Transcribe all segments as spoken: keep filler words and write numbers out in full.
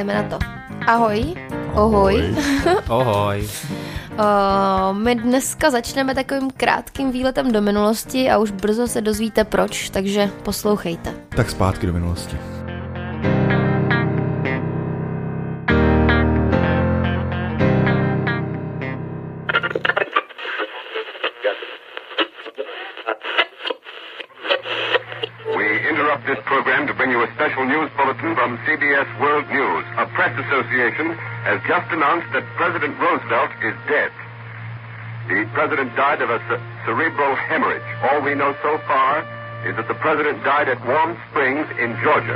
jdeme na to. Ahoj. Ohoj. Ohoj. uh, my dneska začneme takovým krátkým výletem do minulosti a už brzo se dozvíte proč, takže poslouchejte. Tak zpátky do minulosti. This program to bring you a special news bulletin from C B S World News. A press association has just announced that President Roosevelt is dead. The president died of a ce- cerebral hemorrhage. All we know so far is that the president died at Warm Springs in Georgia.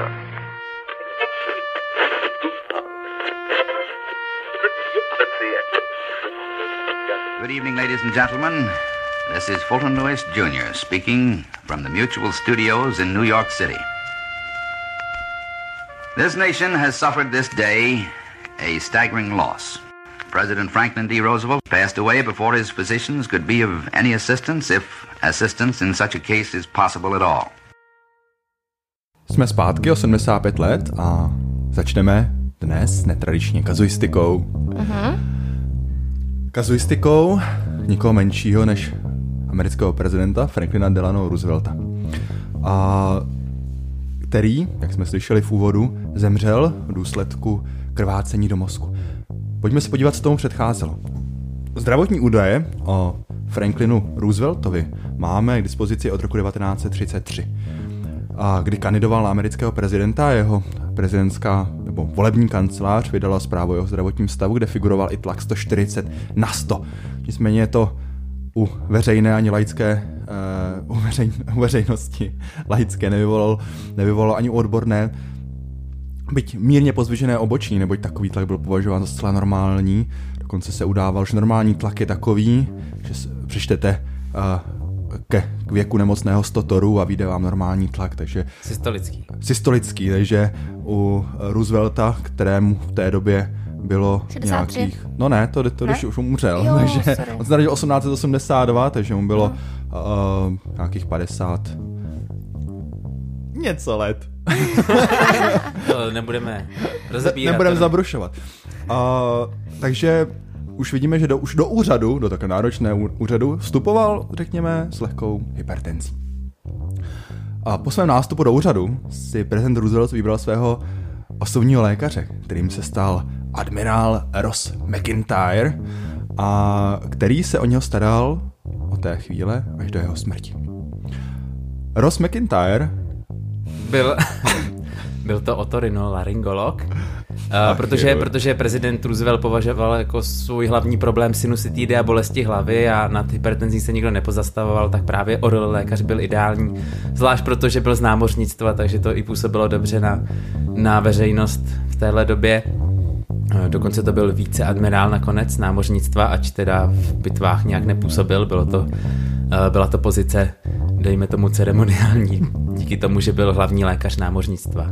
Good evening, ladies and gentlemen. This is Fulton Lewis Junior speaking from the Mutual Studios in New York City. This nation has suffered this day a staggering loss. President Franklin D. Roosevelt passed away before his physicians could be of any assistance, if assistance in such a case is possible at all. Jsme zpátky o sedmdesát pět let a začneme dnes netradičně kazuistikou. Uh-huh. Kazuistikou nikoho menšího než amerického prezidenta Franklina Delano Roosevelta, a který, jak jsme slyšeli v úvodu, zemřel v důsledku krvácení do mozku. Pojďme se podívat, co tomu předcházelo. Zdravotní údaje o Franklinu Rooseveltovi máme k dispozici od roku devatenáct set třicet tři, a kdy kandidoval na amerického prezidenta, jeho prezidentská nebo volební kancelář vydala zprávu o jeho zdravotním stavu, kde figuroval i tlak sto čtyřicet na sto. Nicméně je to u veřejné ani laické, uh, u, veřej, u veřejnosti laické nevyvolalo, nevyvolalo ani u odborné, byť mírně pozvyžené obočí, neboť takový tlak byl považován za zcela normální. Dokonce se udával, že normální tlak je takový, že přečtete uh, ke k věku nemocného sto torů a vyjde vám normální tlak, takže systolický. Systolický, takže u Roosevelta, kterému v té době bylo šedesát tři. Nějakých... No ne, to, to když už umřel. Jo, takže sorry. on se narodil osmnáct set osmdesát dva, takže mu bylo uh, nějakých padesát něco let. To nebudeme rozebírat. Nebudeme zabrušovat. Uh, takže už vidíme, že do, už do úřadu, do takové náročné úřadu, vstupoval, řekněme, s lehkou hypertenzí. A po svém nástupu do úřadu si prezident Roosevelt vybral svého osobního lékaře, kterým se stal admirál Ross McIntyre, a který se o něho staral od té chvíle až do jeho smrti. Ross McIntyre byl, byl to otorinolaryngolog, uh, protože, protože prezident Roosevelt považoval jako svůj hlavní problém sinusitidy a bolesti hlavy a nad hypertenzí se nikdo nepozastavoval, tak právě orl lékař byl ideální, zvlášť protože byl z námořnictva, takže to i působilo dobře na, na veřejnost v téhle době. Dokonce to byl viceadmirál nakonec námořnictva, ač teda v bitvách nějak nepůsobil, bylo to, byla to pozice, dejme tomu, ceremoniální, díky tomu, že byl hlavní lékař námořnictva.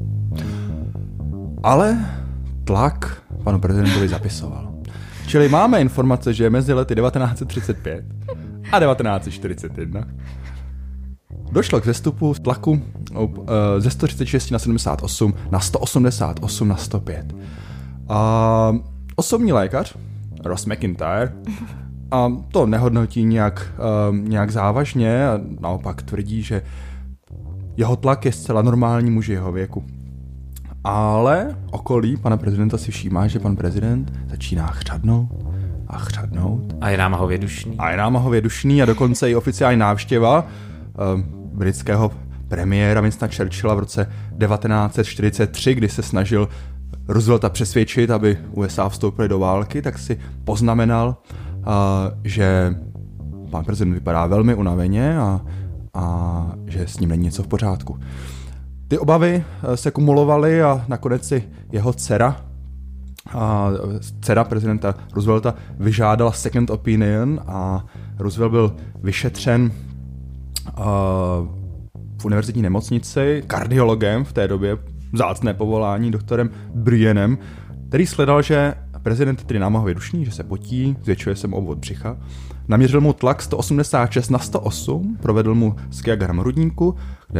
Ale tlak panu prezidentovi zapisoval. Čili máme informace, že mezi lety devatenáct set třicet pět a devatenáct set čtyřicet jedna došlo k zestupu tlaku ze sto třicet šest na sedmdesát osm na sto osmdesát osm na sto pět. A osobní lékař Ross McIntyre a to nehodnotí nějak, um, nějak závažně a naopak tvrdí, že jeho tlak je zcela normální muži jeho věku. Ale okolí pana prezidenta si všímá, že pan prezident začíná chřadnout a chřadnout. A je námahově dušný. A je námahově dušný a dokonce i oficiální návštěva um, britského premiéra Winstona Churchilla v roce devatenáct set čtyřicet tři, kdy se snažil Roosevelta přesvědčit, aby U S A vstoupily do války, tak si poznamenal, uh, že pan prezident vypadá velmi unaveně a, a že s ním není něco v pořádku. Ty obavy se kumulovaly a nakonec si jeho dcera, a dcera prezidenta Roosevelta vyžádala second opinion a Roosevelt byl vyšetřen uh, v univerzitní nemocnici kardiologem v té době, vzácné povolání, doktorem Brienem, který sledal, že prezident je tedy námahově dušný, že se potí, zvětšuje se mu obvod břicha. Naměřil mu tlak sto osmdesát šest na sto osm, provedl mu skiagram hrudníku, kde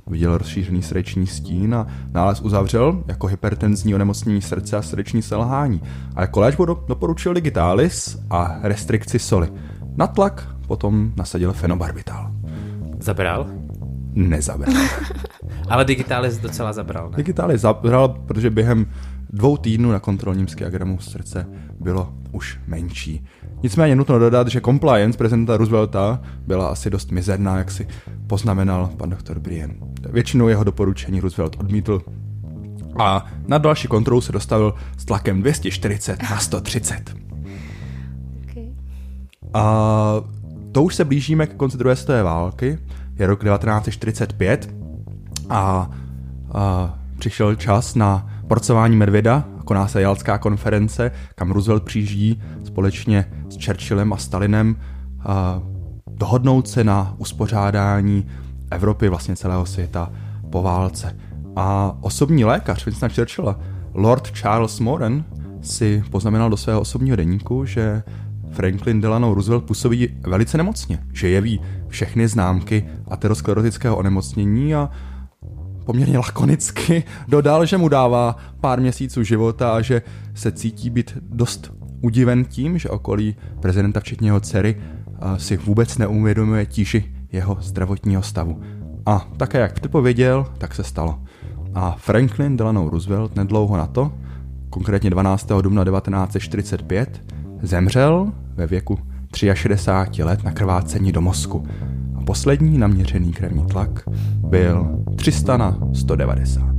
viděl rozšířený srdeční stín a nález uzavřel jako hypertenzní onemocnění srdce a srdeční selhání. A jako léčbu doporučil digitalis a restrikci soli. Na tlak potom nasadil fenobarbital. Zabral? Nezabral. Ale digitalis docela zabral, ne? Digitalis zabral, protože během dvou týdnů na kontrolním skiagramu srdce bylo už menší. Nicméně nutno dodat, že compliance prezidenta Roosevelta byla asi dost mizerná, jak si poznamenal pan doktor Brian. Většinou jeho doporučení Roosevelt odmítl a na další kontrolu se dostavil s tlakem dvě stě čtyřicet na sto třicet. Okay. A to už se blížíme k konci druhé světové války, je rok devatenáct set čtyřicet pět a, a přišel čas na porcování medvěda, koná se Jalská konference, kam Roosevelt přijíždí společně s Churchillem a Stalinem a dohodnout se na uspořádání Evropy, vlastně celého světa po válce. A osobní lékař Winstona Churchilla, Lord Charles Moran, si poznamenal do svého osobního deníku, že Franklin Delano Roosevelt působí velice nemocně, že jeví všechny známky aterosklerotického onemocnění a poměrně lakonicky dodal, že mu dává pár měsíců života a že se cítí být dost udiven tím, že okolí prezidenta včetně jeho dcery si vůbec neuvědomuje tíži jeho zdravotního stavu. A také jak předpověděl, tak se stalo. A Franklin Delano Roosevelt nedlouho na to, konkrétně dvanáctého dubna devatenáct set čtyřicet pět, zemřel ve věku šedesáti tří let na krvácení do mozku. A poslední naměřený krevní tlak byl tři sta na sto devadesát.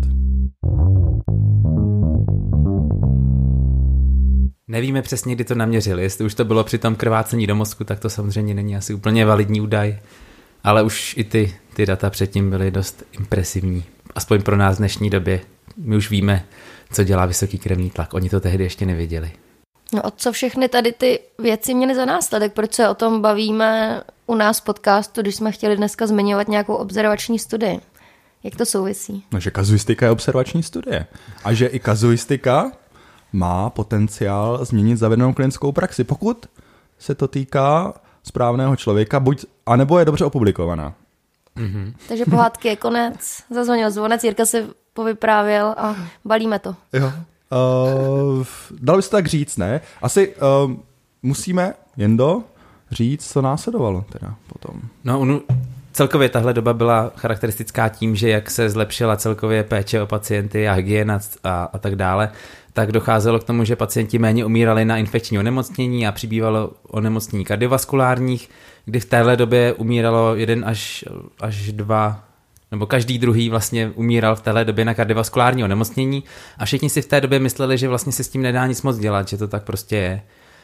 Nevíme přesně, kdy to naměřili. Jestli už to bylo při tom krvácení do mozku, tak to samozřejmě není asi úplně validní údaj. Ale už i ty, ty data předtím byly dost impresivní. Aspoň pro nás v dnešní době. My už víme, co dělá vysoký krevní tlak. Oni to tehdy ještě nevěděli. No a co všechny tady ty věci měly za následek? Proč se o tom bavíme u nás v podcastu, když jsme chtěli dneska zmiňovat nějakou observační studii? Jak to souvisí? No, že kazuistika je observační studie. A že i kazuistika má potenciál změnit zavedenou klinickou praxi, pokud se to týká správného člověka, buď, anebo je dobře opublikovaná. Mm-hmm. Takže pohádky je konec, zazvonil zvonec, Jirka se povyprávěl a balíme to. Jo. Uh, dalo by se tak říct, ne? Asi uh, musíme, Jendo, říct, co následovalo teda potom. No, unu, celkově tahle doba byla charakteristická tím, že jak se zlepšila celkově péče o pacienty a hygiena a, a tak dále, tak docházelo k tomu, že pacienti méně umírali na infekční onemocnění a přibývalo onemocnění kardiovaskulárních, kdy v téhle době umíralo jeden až, až dva, nebo každý druhý vlastně umíral v téhle době na kardiovaskulární onemocnění a všichni si v té době mysleli, že vlastně se s tím nedá nic moc dělat, že to tak prostě je.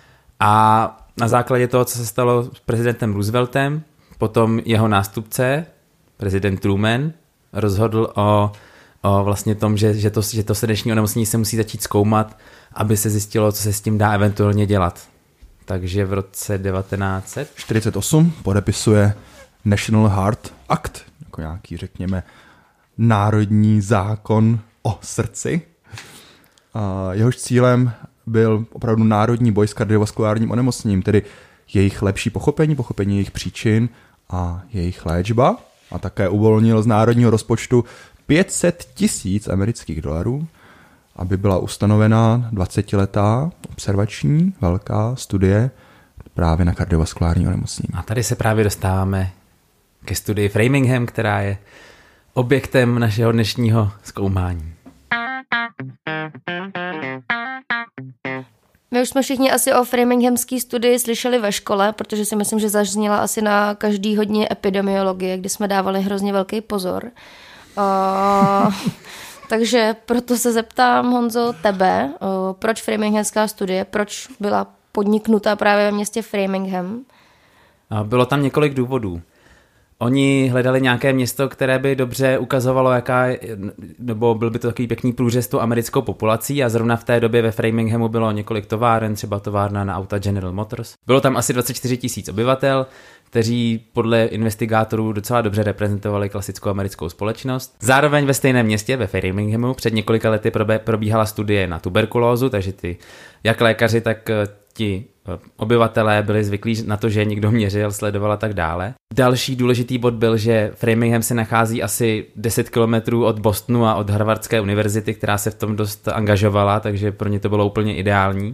A na základě toho, co se stalo s prezidentem Rooseveltem, potom jeho nástupce, prezident Truman, rozhodl o, o vlastně tom, že, že, to, že to srdeční onemocnění se musí začít zkoumat, aby se zjistilo, co se s tím dá eventuálně dělat. Takže v roce devatenáct set čtyřicet osm podepisuje National Heart Act, jako nějaký, řekněme, národní zákon o srdci. A jehož cílem byl opravdu národní boj s kardiovaskulárním onemocněním, tedy jejich lepší pochopení, pochopení jejich příčin a jejich léčba. A také uvolnil z národního rozpočtu pět set tisíc amerických dolarů, aby byla ustanovena dvacetiletá observační velká studie právě na kardiovaskulární onemocnění. A tady se právě dostáváme ke studii Framingham, která je objektem našeho dnešního zkoumání. My už jsme všichni asi o Framinghamské studii slyšeli ve škole, protože si myslím, že zazněla asi na každý hodně epidemiologie, kdy jsme dávali hrozně velký pozor. Uh, takže proto se zeptám, Honzo, tebe, uh, proč Framinghamská studie, proč byla podniknuta právě ve městě Framingham? Bylo tam několik důvodů. Oni hledali nějaké město, které by dobře ukazovalo, jaká je, nebo byl by to takový pěkný průřez tu americkou populací a zrovna v té době ve Framinghamu bylo několik továren, třeba továrna na auta General Motors. Bylo tam asi dvacet čtyři tisíc obyvatel, kteří podle investigátorů docela dobře reprezentovali klasickou americkou společnost. Zároveň ve stejném městě, ve Framinghamu, před několika lety probíhala studie na tuberkulózu, takže ty jak lékaři, tak ti obyvatelé byli zvyklí na to, že někdo měřil, sledoval a tak dále. Další důležitý bod byl, že Framingham se nachází asi deset kilometrů od Bostonu a od Harvardské univerzity, která se v tom dost angažovala, takže pro ně to bylo úplně ideální.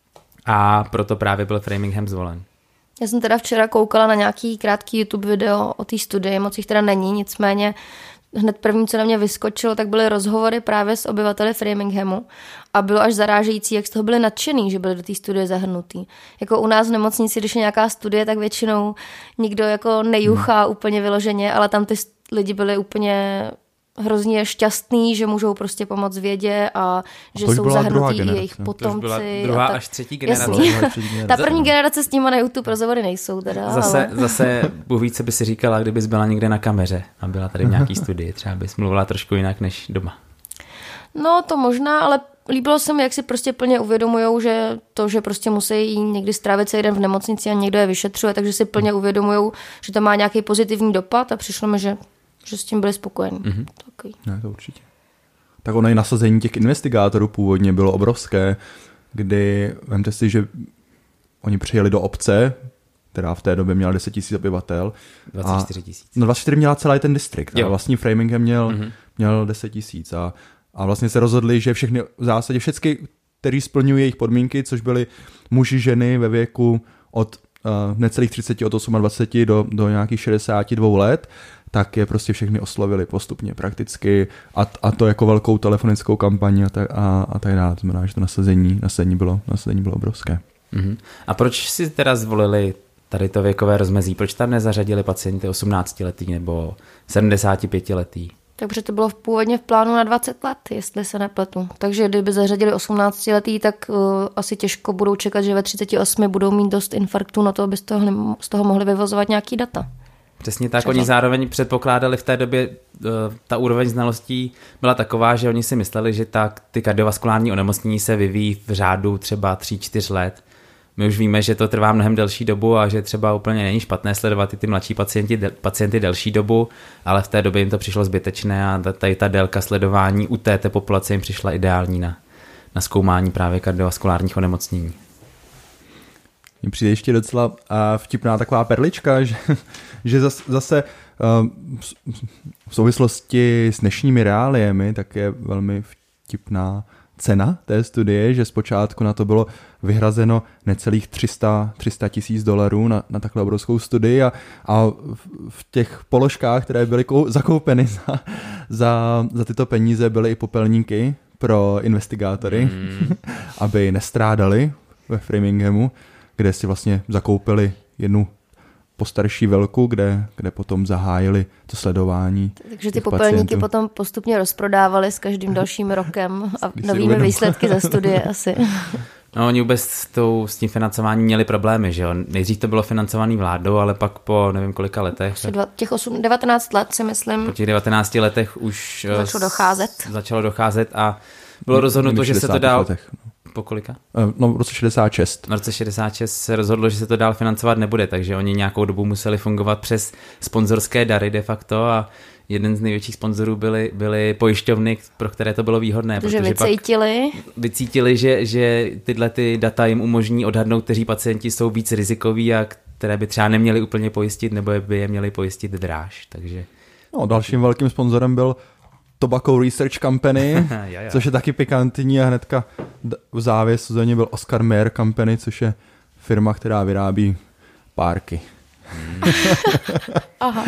A proto právě byl Framingham zvolen. Já jsem teda včera koukala na nějaký krátký YouTube video o té studii, moc jich teda není, nicméně hned první, co na mě vyskočilo, tak byly rozhovory právě s obyvateli Framinghamu a bylo až zarážející, jak z toho byli nadšený, že byli do té studie zahrnutý. Jako u nás v nemocnici, když je nějaká studie, tak většinou nikdo jako nejuchá hmm. úplně vyloženě, ale tam ty lidi byli úplně hrozně šťastný, že můžou prostě pomoct vědě a že a jsou zahrnutí i jejich potomci. To už byla druhá tak, až třetí generace. Ta první generace s nima na YouTube rozhovory nejsou teda. Zase, ale... zase Bůh ví, co by si říkala, kdybys byla někde na kameře a byla tady v nějaký studii. Třeba bys mluvila trošku jinak než doma. No to možná, ale líbilo se mi, jak si prostě plně uvědomujou, že to, že prostě musí někdy strávit celý den v nemocnici a někdo je vyšetřuje, takže si plně uvědomujou, že to má nějaký pozitivní dopad a přišlo mi, že že s tím byli spokojení. Mm-hmm. Ne, to určitě. Tak ono i nasazení těch investigátorů původně bylo obrovské, kdy, vemte si, že oni přijeli do obce, která v té době měla deset tisíc obyvatel. dvacet čtyři tisíc. No dvacet čtyři měla celý ten distrikt. A vlastně Framingham měl, mm-hmm. měl deset tisíc. A, a vlastně se rozhodli, že všechny, v zásadě všechny, kteří splňují jejich podmínky, což byli muži, ženy ve věku od uh, necelých třicet, od dvacet osm do, do nějakých šedesát dva let, tak je prostě všechny oslovili postupně prakticky a, a to jako velkou telefonickou kampaň a tak, a, a tak dále. To znamená, že to nasazení, nasazení, bylo, nasazení bylo obrovské. Mm-hmm. A proč si teda zvolili tady to věkové rozmezí? Proč tam nezařadili pacienty osmnáctiletý nebo sedmdesátipětiletý? Takže to bylo původně v plánu na dvacet let, jestli se nepletu. Takže kdyby zařadili osmnáctiletý, tak uh, asi těžko budou čekat, že ve třiceti osmi budou mít dost infarktů na to, aby z toho, z toho mohli vyvozovat nějaký data. Přesně tak, oni zároveň předpokládali v té době, ta úroveň znalostí byla taková, že oni si mysleli, že ta, ty kardiovaskulární onemocnění se vyvíjí v řádu třeba tři čtyři let. My už víme, že to trvá mnohem delší dobu a že třeba úplně není špatné sledovat i ty mladší pacienti, pacienty delší dobu, ale v té době jim to přišlo zbytečné a tady ta délka sledování u té, té populace jim přišla ideální na, na zkoumání právě kardiovaskulárních onemocnění. Mně přijde ještě docela uh, vtipná taková perlička, že, že zase, zase uh, v souvislosti s dnešními reáliemi tak je velmi vtipná cena té studie, že zpočátku na to bylo vyhrazeno necelých tři sta tisíc dolarů na, na takhle obrovskou studii a, a v těch položkách, které byly kou, zakoupeny za, za, za tyto peníze, byly i popelníky pro investigátory, mm. aby nestrádali ve Framinghamu, kde si vlastně zakoupili jednu postarší velku, kde, kde potom zahájili to sledování. Takže ty popelníky pacientů potom postupně rozprodávali s každým dalším rokem a novými výsledky za studie asi. No, oni vůbec s, tou, s tím financováním měli problémy, že jo? Nejdřív to bylo financovaný vládou, ale pak po nevím kolika letech. Dva, těch osm, devatenáct let si myslím. Po těch devatenácti letech už začalo docházet. Začalo docházet a bylo rozhodnuto, že se to dál... Letech, no. Po kolika? No v roce šedesát šest. V roce šedesát šest se rozhodlo, že se to dál financovat nebude, takže oni nějakou dobu museli fungovat přes sponzorské dary de facto a jeden z největších sponzorů byly, byly pojišťovny, pro které to bylo výhodné. Protože vycítili. Vycítili, že, že tyhle ty data jim umožní odhadnout, kteří pacienti jsou víc rizikoví a které by třeba neměli úplně pojistit, nebo by je měli pojistit dráž. Takže... No, dalším velkým sponzorem byl Tobacco Research Company, což je taky pikantní a hnedka v závěsu za ně byl Oscar Mayer Company, což je firma, která vyrábí párky. Hmm. Aha.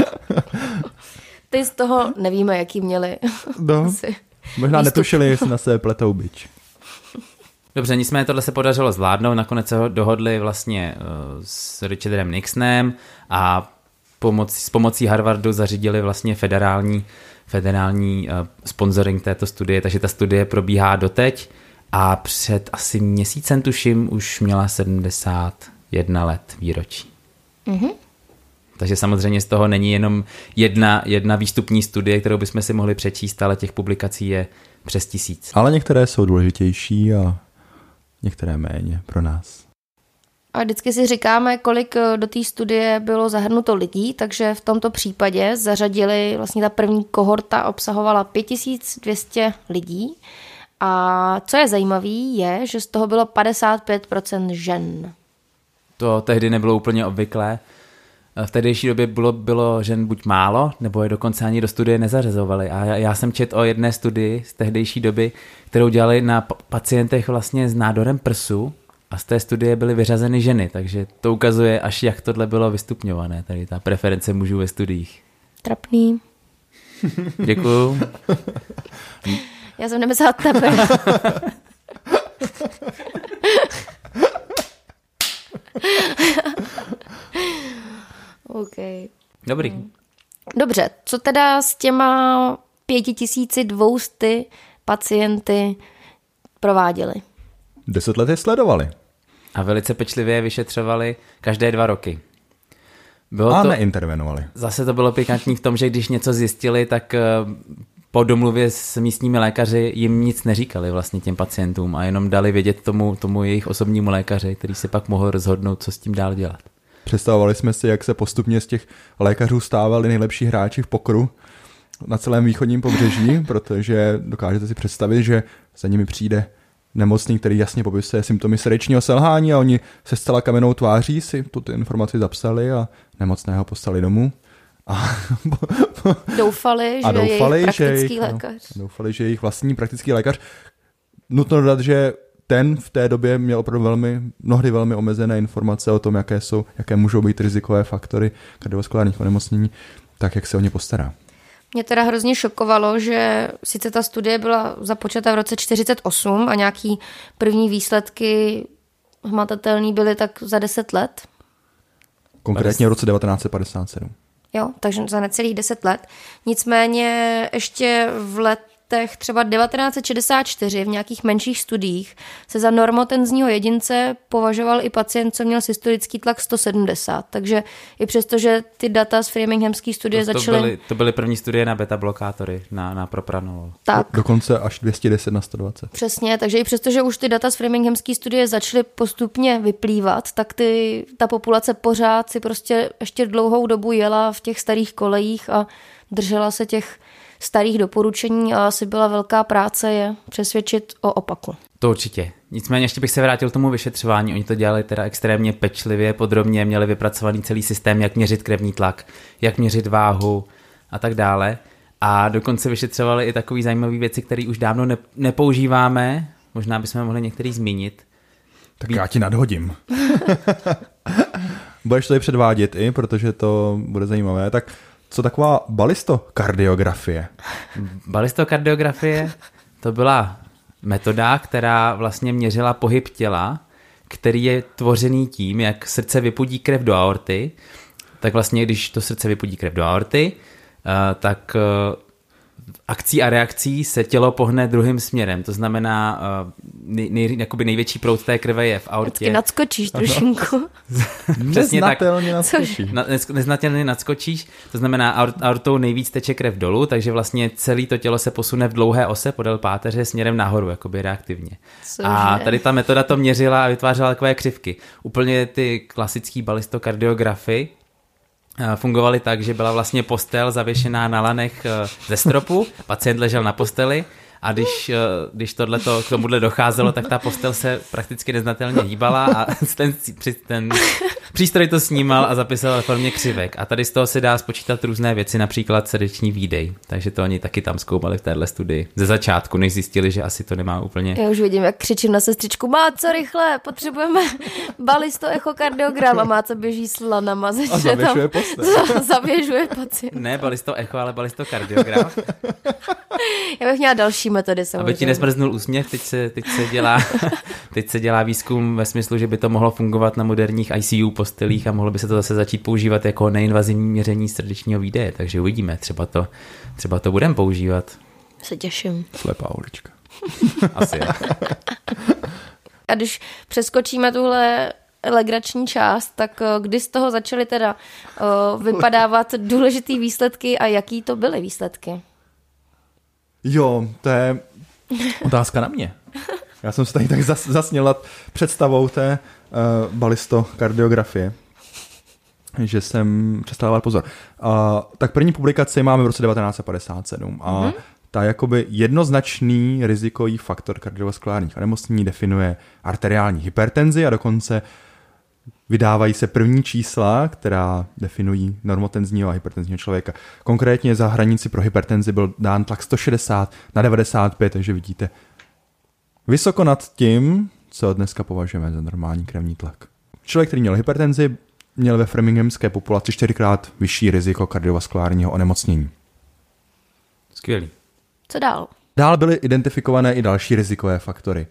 Ty z toho nevíme, jaký měli. No, možná výstup. Netušili, jestli na sebe pletou bič. Dobře, nicméně tohle se podařilo zvládnout, nakonec se dohodli vlastně s Richardem Nixonem a pomoc, s pomocí Harvardu zařídili vlastně federální federální uh, sponsoring této studie, takže ta studie probíhá doteď a před asi měsícem, tuším, už měla sedmdesát jedna let výročí. Mm-hmm. Takže samozřejmě z toho není jenom jedna, jedna výstupní studie, kterou bychom si mohli přečíst, ale těch publikací je přes tisíc. Ale některé jsou důležitější a některé méně pro nás. A vždycky si říkáme, kolik do té studie bylo zahrnuto lidí, takže v tomto případě zařadili, vlastně ta první kohorta obsahovala pět tisíc dvě stě lidí A co je zajímavé, je, že z toho bylo padesát pět procent žen. To tehdy nebylo úplně obvyklé. V tehdejší době bylo, bylo žen buď málo, nebo je dokonce ani do studie nezařazovali. A já, já jsem četl o jedné studii z tehdejší doby, kterou dělali na pacientech vlastně s nádorem prsu a z té studie byly vyřazeny ženy, takže to ukazuje, až jak tohle bylo vystupňované, tady ta preference mužů ve studiích. Trapný. Děkuju. Já jsem nemyslela tebe. Okay. Dobrý. Dobře, co teda s těma pět tisíc dvě stě pacienty prováděli? Deset let je sledovali. A velice pečlivě vyšetřovali každé dva roky. Bylo A to, neintervenovali. Zase to bylo pikantní v tom, že když něco zjistili, tak po domluvě s místními lékaři jim nic neříkali vlastně těm pacientům a jenom dali vědět tomu, tomu jejich osobnímu lékaři, který si pak mohl rozhodnout, co s tím dál dělat. Představovali jsme si, jak se postupně z těch lékařů stávali nejlepší hráči v pokeru na celém východním pobřeží, protože dokážete si představit, že za nimi přijde nemocný, který jasně popisuje symptomy srdečního selhání a oni se zcela kamennou tváří si tuto informaci zapsali a nemocného poslali domů. A doufali, a že doufali, jejich praktický že jejich, lékař. No, doufali, že jejich vlastní praktický lékař. Nutno dodat, že ten v té době měl opravdu velmi, mnohdy velmi omezené informace o tom, jaké jsou, jaké můžou být rizikové faktory kardiovaskulárních onemocnění, tak jak se o ně postará. Mě teda hrozně šokovalo, že sice ta studie byla započata v roce čtyřicet osm a nějaký první výsledky hmatatelný byly tak za deset let. Konkrétně v roce devatenáct set padesát sedm. Jo, takže za necelých deset let. Nicméně ještě v letech třeba devatenáct set šedesát čtyři v nějakých menších studiích se za normotenzního jedince považoval i pacient, co měl systolický tlak sto sedmdesát. Takže i přesto, že ty data z Framinghamské studie to, to začaly... Byly, to byly první studie na beta-blokátory, na, na propranolol. Tak. Do, dokonce až dvě stě deset na sto dvacet. Přesně, takže i přesto, že už ty data z Framinghamské studie začaly postupně vyplývat, tak ty, ta populace pořád si prostě ještě dlouhou dobu jela v těch starých kolejích a držela se těch starých doporučení a asi byla velká práce je přesvědčit o opaku. To určitě. Nicméně ještě bych se vrátil k tomu vyšetřování. Oni to dělali teda extrémně pečlivě, podrobně, měli vypracovaný celý systém, jak měřit krevní tlak, jak měřit váhu a tak dále. A dokonce vyšetřovali i takové zajímavé věci, které už dávno ne- nepoužíváme. Možná bychom mohli některý zmínit. Tak já ti nadhodím. Budeš to i předvádět i, protože to bude zajímavé. Tak co taková balistokardiografie? Balistokardiografie to byla metoda, která vlastně měřila pohyb těla, který je tvořený tím, jak srdce vypudí krev do aorty. Tak vlastně, když to srdce vypudí krev do aorty, tak akcí a reakcí se tělo pohne druhým směrem. To znamená, nej, nej, jakoby největší proud té krve je v aortě. Vždycky nadskočíš trošinku. Přesně tak. Neznatelně nadskočíš. Na, neznatelně nadskočíš, to znamená aortou nejvíc teče krev dolů, takže vlastně celé to tělo se posune v dlouhé ose podél páteře směrem nahoru, jakoby reaktivně. Cože? A tady ta metoda to měřila a vytvářela takové křivky. Úplně ty klasické balistokardiografy fungovaly tak, že byla vlastně postel zavěšená na lanech ze stropu, pacient ležel na posteli a když, když tohleto, k tomuhle docházelo, tak ta postel se prakticky neznatelně hýbala a ten, ten přístroj to snímal a zapisoval v formě křivek. A tady z toho se dá spočítat různé věci, například srdeční výdej. Takže to oni taky tam zkoumali v téhle studii. Ze začátku, než zjistili, že asi to nemá úplně... Já už vidím, jak křičím na sestřičku, má co rychle, potřebujeme balisto echokardiogram a má co běží s lanama. A zavěšuje postel. Zavěžuje pacient. Ne balisto echo, ale balisto kardiogram. Já bych měla další metody samozřejmě. Aby ti nesmrznul úsměv, teď se, teď se dělá teď se dělá výzkum ve smyslu, že by to mohlo fungovat na moderních I C U postelích a mohlo by se to zase začít používat jako neinvazivní měření srdečního výdeje, takže uvidíme, třeba to, třeba to budeme používat. Se těším. Slepá ulička. Asi je. A když přeskočíme tuhle legrační část, tak kdy z toho začaly teda uh, vypadávat důležitý výsledky a jaký to byly výsledky? Jo, to je otázka na mě. Já jsem se tady tak zas, zasněl nad představou té uh, balistokardiografie, že jsem přestal dávat pozor. Uh, tak první publikaci máme v roce devatenáct set padesát sedm a mm-hmm. ta jakoby jednoznačný rizikový faktor kardiovaskulárních onemocnění definuje arteriální hypertenzi a dokonce vydávají se první čísla, která definují normotenzního a hypertenzního člověka. Konkrétně za hranici pro hypertenzi byl dán tlak sto šedesát na devadesát pět, takže vidíte vysoko nad tím, co dneska považujeme za normální krevní tlak. Člověk, který měl hypertenzi, měl ve framinghamské populaci čtyřikrát vyšší riziko kardiovaskulárního onemocnění. Skvělý. Co dál? Dál byly identifikované i další rizikové faktory.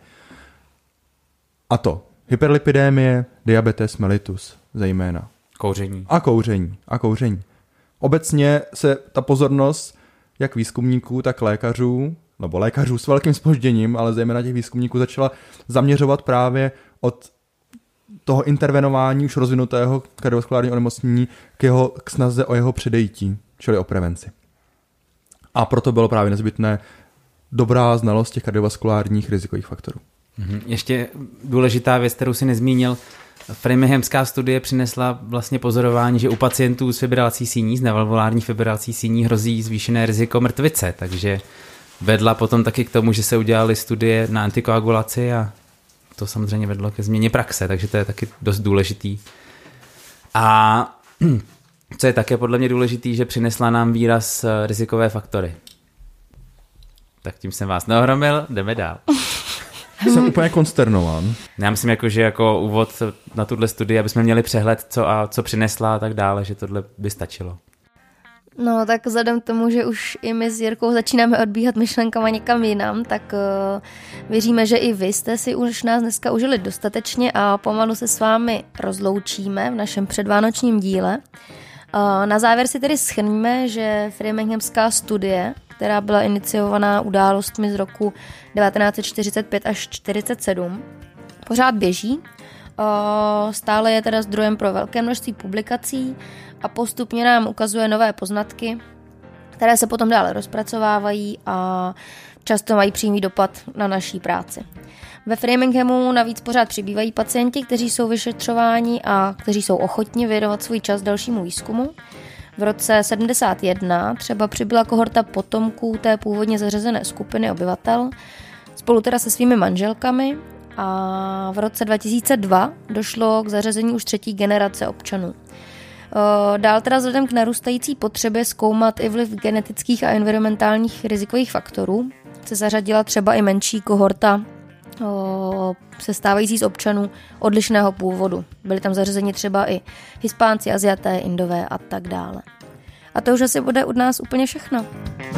A to hyperlipidémie, diabetes mellitus zejména. Kouření. A kouření. A kouření. Obecně se ta pozornost jak výzkumníků, tak lékařů, nebo lékařů s velkým zpožděním, ale zejména těch výzkumníků začala zaměřovat právě od toho intervenování už rozvinutého kardiovaskulárního onemocnění k, jeho, k snaze o jeho předejítí, čili o prevenci. A proto bylo právě nezbytné dobrá znalost těch kardiovaskulárních rizikových faktorů. Mhm. Ještě důležitá věc, kterou si nezmínil, Framinghamská studie přinesla vlastně pozorování, že u pacientů s fibrilací síní, s nevalvulární fibrilací síní hrozí zvýšené riziko mrtvice, takže vedla potom taky k tomu, že se udělaly studie na antikoagulaci a to samozřejmě vedlo ke změně praxe, takže to je taky dost důležitý. A co je také podle mě důležitý, že přinesla nám výraz rizikové faktory. Tak tím jsem vás neohromil, jdeme dál. Jsem úplně konsternován. Já myslím, jako, že jako úvod na tuhle studii, aby jsme měli přehled, co a co přinesla a tak dále, že tohle by stačilo. No tak vzhledem k tomu, že už i my s Jirkou začínáme odbíhat myšlenkama někam jinam, tak uh, věříme, že i vy jste si už nás dneska užili dostatečně a pomalu se s vámi rozloučíme v našem předvánočním díle. Uh, na závěr si tedy shrníme, že Framinghamská studie, která byla iniciovaná událostmi z roku devatenáct set čtyřicet pět až čtyřicet sedm, pořád běží. Stále je teda zdrojem pro velké množství publikací a postupně nám ukazuje nové poznatky, které se potom dále rozpracovávají a často mají přímý dopad na naší práci. Ve Framinghamu navíc pořád přibývají pacienti, kteří jsou vyšetřováni a kteří jsou ochotni věnovat svůj čas dalšímu výzkumu. V roce sedmdesát jedna třeba přibyla kohorta potomků té původně zařazené skupiny obyvatel, spolu teda se svými manželkami, a v roce dva tisíce dva došlo k zařazení už třetí generace občanů. Dál teda vzhledem k narůstající potřebě zkoumat i vliv genetických a environmentálních rizikových faktorů se zařadila třeba i menší kohorta sestávající z občanů odlišného původu. Byli tam zařazeni třeba i Hispánci, Aziaté, Indové a tak dále. A to už asi bude od nás úplně všechno.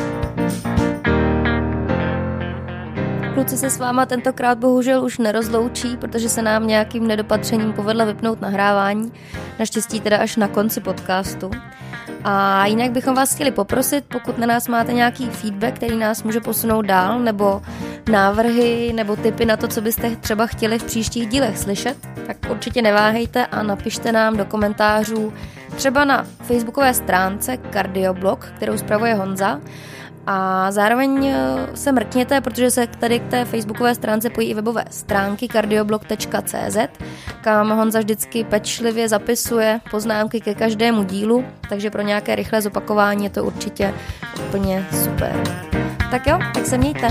Kluci se s váma tentokrát bohužel už nerozloučí, protože se nám nějakým nedopatřením povedlo vypnout nahrávání, naštěstí teda až na konci podcastu. A jinak bychom vás chtěli poprosit, pokud na nás máte nějaký feedback, který nás může posunout dál, nebo návrhy, nebo tipy na to, co byste třeba chtěli v příštích dílech slyšet, tak určitě neváhejte a napište nám do komentářů třeba na facebookové stránce Cardioblog, kterou spravuje Honza. A zároveň se mrkněte, protože se tady k té facebookové stránce pojí i webové stránky cardioblog tečka cé zet, kam Honza vždycky pečlivě zapisuje poznámky ke každému dílu, takže pro nějaké rychlé zopakování je to určitě úplně super. Tak jo, tak se mějte.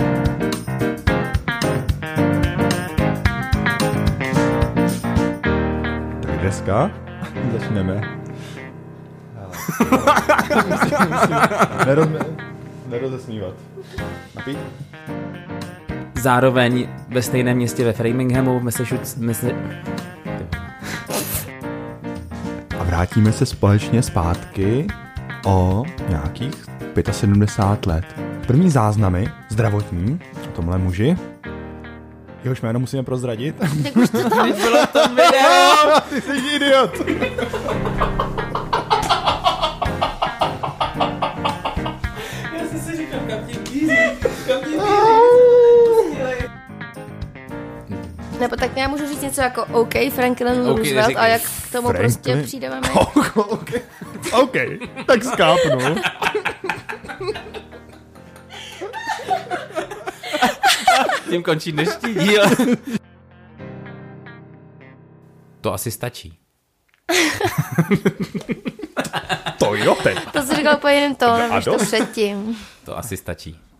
Tak dneska začneme. Nerozesmívat. Napít? Zároveň ve stejném městě ve Framinghamu v Massachusetts... A vrátíme se společně zpátky o nějakých sedmdesát pět let. První záznamy zdravotní o tomhle muži. Jehož jméno musíme prozradit. Tak už to tam bylo to video! Ty jsi idiot! Nebo tak já můžu říct něco jako OK, Franklin OK, Roosevelt neříkej. a jak k tomu Franklin? prostě přijdeme my. OK, OK, tak skápnu. Tím končí dnešní díl. To asi stačí. To jo teď. To jsi říkal po jiném tónu, A než to dost. předtím. To asi stačí.